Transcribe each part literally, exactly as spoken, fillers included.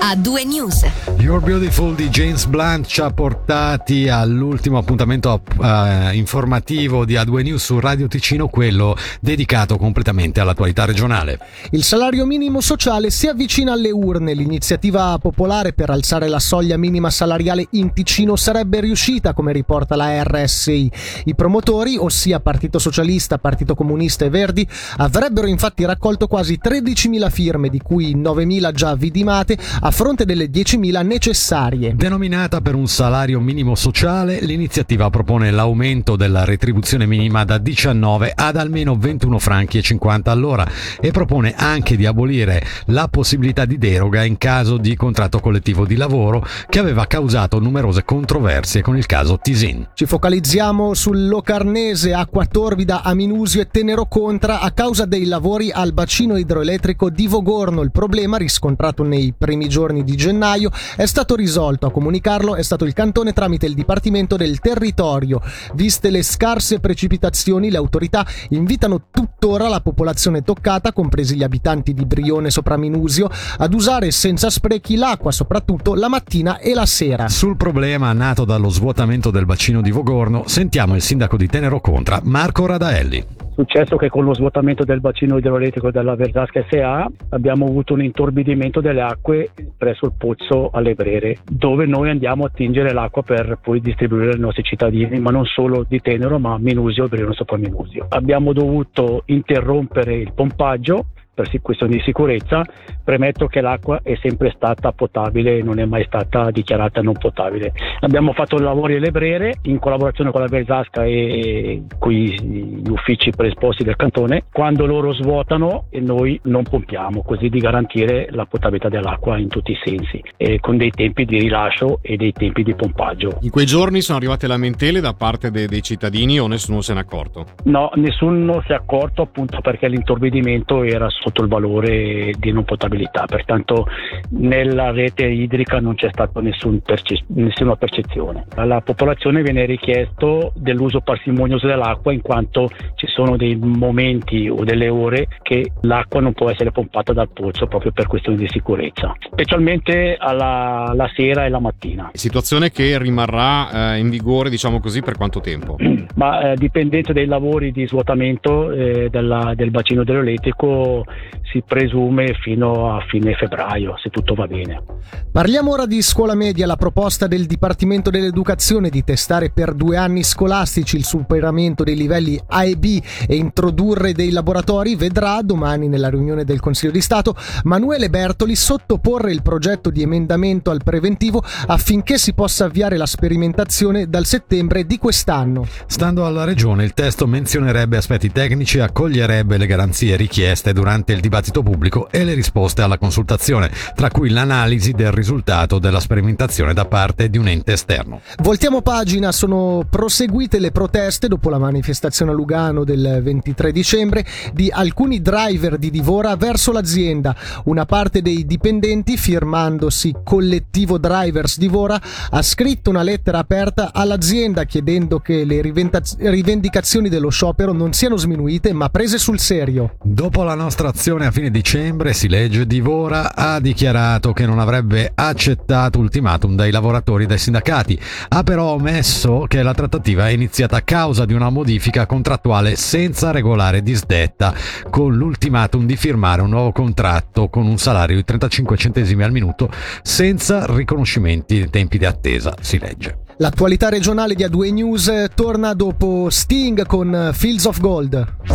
A due News. You're Beautiful di James Blunt ci ha portati all'ultimo appuntamento uh, informativo di A due News su Radio Ticino, quello dedicato completamente all'attualità regionale. Il salario minimo sociale si avvicina alle urne. L'iniziativa popolare per alzare la soglia minima salariale in Ticino sarebbe riuscita, come riporta la R S I. I promotori, ossia Partito Socialista, Partito Comunista e Verdi, avrebbero infatti raccolto quasi tredicimila firme, di cui novemila già vidimate, a fronte delle diecimila necessarie. Denominata per un salario minimo sociale, l'iniziativa propone l'aumento della retribuzione minima da diciannove ad almeno ventuno franchi e cinquanta all'ora e propone anche di abolire la possibilità di deroga in caso di contratto collettivo di lavoro, che aveva causato numerose controversie con il caso Tisin. Ci focalizziamo sul Locarnese, acqua torbida a Minusio e Tenero Contra a causa dei lavori al bacino idroelettrico di Vogorno. Il problema, riscontrato nei primi giorni di gennaio, è stato risolto. A comunicarlo è stato il cantone tramite il Dipartimento del Territorio. Viste le scarse precipitazioni, le autorità invitano tuttora la popolazione toccata, compresi gli abitanti di Brione sopra Minusio, ad usare senza sprechi l'acqua, soprattutto la mattina e la sera. Sul problema nato dallo svuotamento del bacino di Vogorno sentiamo il sindaco di Tenero Contra, Marco Radaelli. Successo che con lo svuotamento del bacino idroelettrico della Versasca S A abbiamo avuto un intorbidimento delle acque presso il pozzo alle Brere, dove noi andiamo a attingere l'acqua per poi distribuire ai nostri cittadini, ma non solo di Tenero, ma Minusio e Brione sopra Minusio. Abbiamo dovuto interrompere il pompaggio per questioni di sicurezza. Premetto che l'acqua è sempre stata potabile e non è mai stata dichiarata non potabile. Abbiamo fatto lavori alle Brere in collaborazione con la Versasca e con gli uffici predisposti del cantone. Quando loro svuotano e noi non pompiamo, così di garantire la potabilità dell'acqua in tutti i sensi, e con dei tempi di rilascio e dei tempi di pompaggio. In quei giorni sono arrivate lamentele da parte dei, dei cittadini o nessuno se n'è accorto? No, nessuno si è accorto, appunto perché l'intorbidimento era sotto il valore di non potabilità, pertanto nella rete idrica non c'è stata nessun perce- nessuna percezione. Alla popolazione viene richiesto dell'uso parsimonioso dell'acqua, in quanto ci sono dei momenti o delle ore che l'acqua non può essere pompata dal pozzo proprio per questioni di sicurezza, specialmente alla, alla sera e la mattina. Situazione che rimarrà eh, in vigore, diciamo così, per quanto tempo? Ma eh, dipendente dai lavori di svuotamento eh, della, del bacino idroelettrico si presume fino a fine febbraio, se tutto va bene. Parliamo ora di scuola media. La proposta del Dipartimento dell'Educazione di testare per due anni scolastici il superamento dei livelli A e B e introdurre dei laboratori vedrà domani, nella riunione del Consiglio di Stato, Manuele Bertoli sottoporre il progetto di emendamento al preventivo affinché si possa avviare la sperimentazione dal settembre di quest'anno. Stando alla Regione, il testo menzionerebbe aspetti tecnici e accoglierebbe le garanzie richieste durante il dibattito pubblico e le risposte alla consultazione, tra cui l'analisi del risultato della sperimentazione da parte di un ente esterno. Voltiamo pagina. Sono proseguite le proteste dopo la manifestazione a Lugano del ventitré dicembre di alcuni driver di Divora verso l'azienda. Una parte dei dipendenti, firmandosi Collettivo Drivers Divora, ha scritto una lettera aperta all'azienda chiedendo che le rivendicazioni dello sciopero non siano sminuite ma prese sul serio. Dopo la nostra azione a fine dicembre, si legge, Divora ha dichiarato che non avrebbe accettato ultimatum dai lavoratori e dai sindacati. Ha però omesso che la trattativa è iniziata a causa di una modifica contrattuale senza regolare disdetta, con l'ultimatum di firmare un nuovo contratto con un salario di trentacinque centesimi al minuto senza riconoscimenti di tempi di attesa, si legge. L'attualità regionale di A due News torna dopo Sting con Fields of Gold.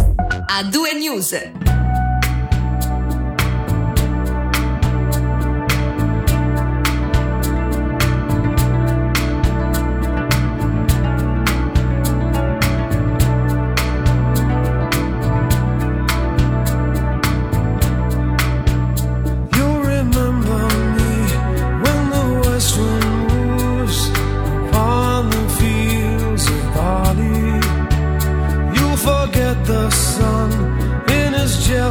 A due News. The sun in his gel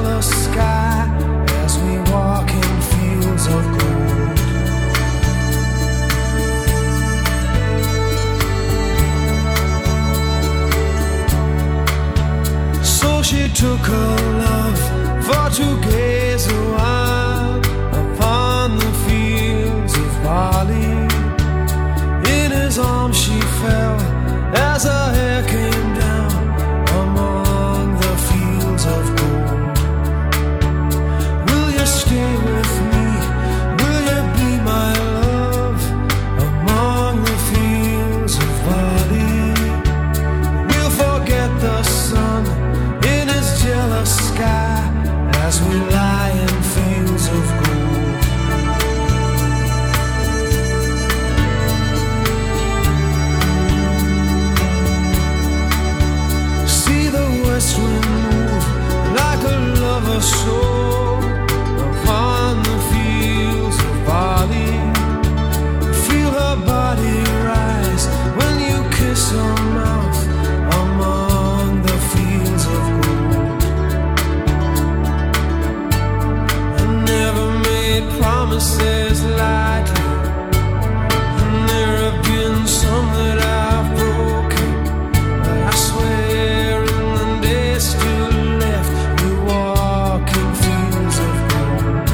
promises lightly, and there have been some that I've broken, but I swear in the days still left, we walk in fields of gold.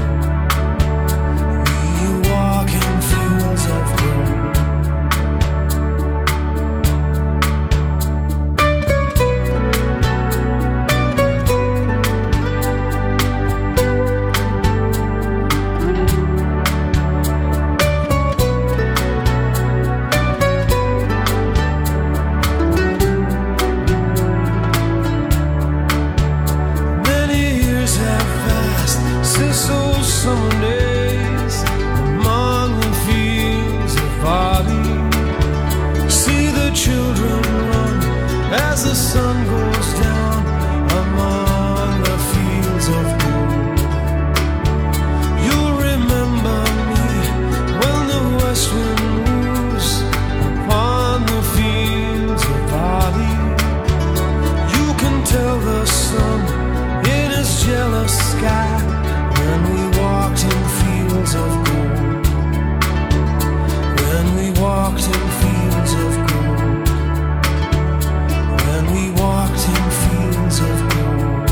We walk in fields of gold. Since those summer days among the fields of barley, see the children run as the sun goes down among the fields of gold. You'll remember me when the west wind moves upon the fields of barley. You can tell the sun in his jealous sky when we walked in fields of gold, when we walked in fields of gold, when we walked in fields of gold.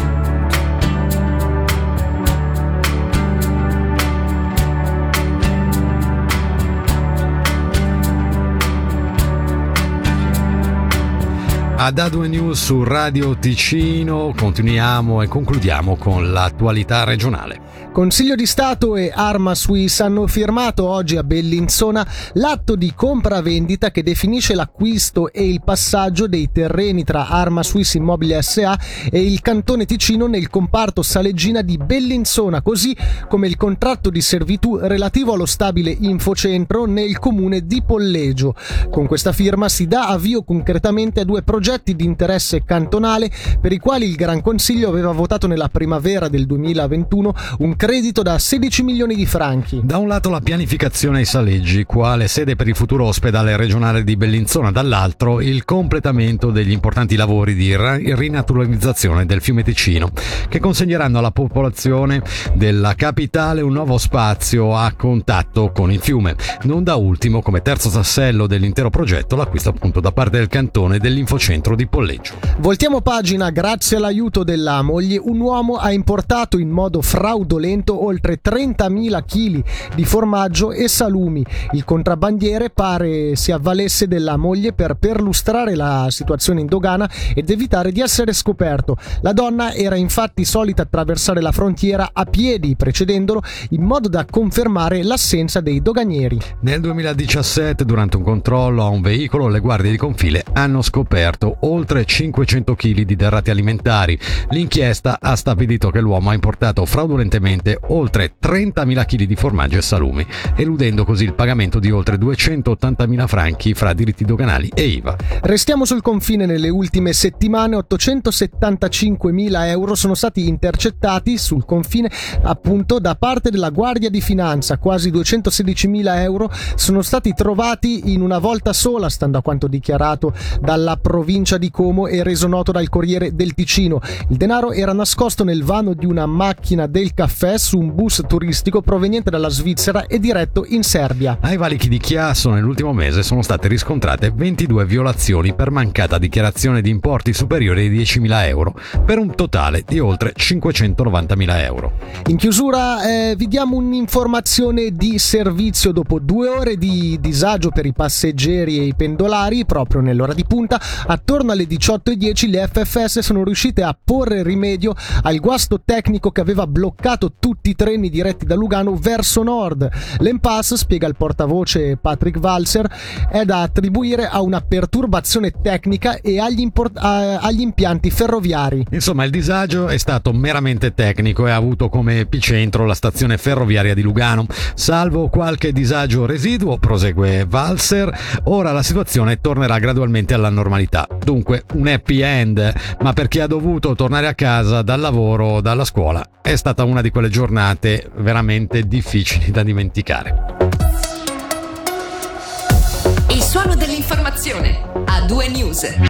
Ad A due News su Radio Ticino continuiamo e concludiamo con l'attualità regionale. Consiglio di Stato e Arma Suisse hanno firmato oggi a Bellinzona l'atto di compra-vendita che definisce l'acquisto e il passaggio dei terreni tra Arma Suisse Immobili S A e il Cantone Ticino nel comparto Saleggina di Bellinzona, così come il contratto di servitù relativo allo stabile Infocentro nel comune di Pollegio. Con questa firma si dà avvio concretamente a due progetti di interesse cantonale per i quali il Gran Consiglio aveva votato nella primavera del duemilaventuno un credito da sedici milioni di franchi. Da un lato la pianificazione ai Saleggi, quale sede per il futuro ospedale regionale di Bellinzona, dall'altro il completamento degli importanti lavori di rinaturalizzazione del fiume Ticino, che consegneranno alla popolazione della capitale un nuovo spazio a contatto con il fiume. Non da ultimo, come terzo tassello dell'intero progetto, l'acquisto appunto da parte del cantone dell'Infocentro di Pollegio. Voltiamo pagina. Grazie all'aiuto della moglie, un uomo ha importato in modo fraudolento oltre trentamila chili di formaggio e salumi. Il contrabbandiere pare si avvalesse della moglie per perlustrare la situazione in dogana ed evitare di essere scoperto. La donna era infatti solita attraversare la frontiera a piedi, precedendolo, in modo da confermare l'assenza dei doganieri. Nel duemiladiciassette, durante un controllo a un veicolo, le guardie di confine hanno scoperto oltre cinquecento chili di derrate alimentari. L'inchiesta ha stabilito che l'uomo ha importato fraudolentemente oltre trentamila chili di formaggio e salumi, eludendo così il pagamento di oltre duecentottantamila franchi fra diritti doganali e I V A. Restiamo sul confine. Nelle ultime settimane ottocentosettantacinquemila euro sono stati intercettati sul confine appunto da parte della Guardia di Finanza. Quasi duecentosedicimila euro sono stati trovati in una volta sola, stando a quanto dichiarato dalla provincia di Como e reso noto dal Corriere del Ticino. Il denaro era nascosto nel vano di una macchina del caffè su un bus turistico proveniente dalla Svizzera e diretto in Serbia. Ai valichi di Chiasso nell'ultimo mese sono state riscontrate ventidue violazioni per mancata dichiarazione di importi superiori ai diecimila euro, per un totale di oltre cinquecentonovantamila euro. In chiusura eh, vi diamo un'informazione di servizio. Dopo due ore di disagio per i passeggeri e i pendolari, proprio nell'ora di punta, attorno alle diciotto e dieci le F F S sono riuscite a porre rimedio al guasto tecnico che aveva bloccato tutti i treni diretti da Lugano verso nord. L'impasse, spiega il portavoce Patrick Walser, è da attribuire a una perturbazione tecnica e agli, import- a- agli impianti ferroviari. Insomma, il disagio è stato meramente tecnico e ha avuto come epicentro la stazione ferroviaria di Lugano. Salvo qualche disagio residuo, prosegue Walser, ora la situazione tornerà gradualmente alla normalità. Dunque un happy end, ma per chi ha dovuto tornare a casa dal lavoro o dalla scuola è stata una di quelle giornate veramente difficili da dimenticare. Il suono dell'informazione. A due News.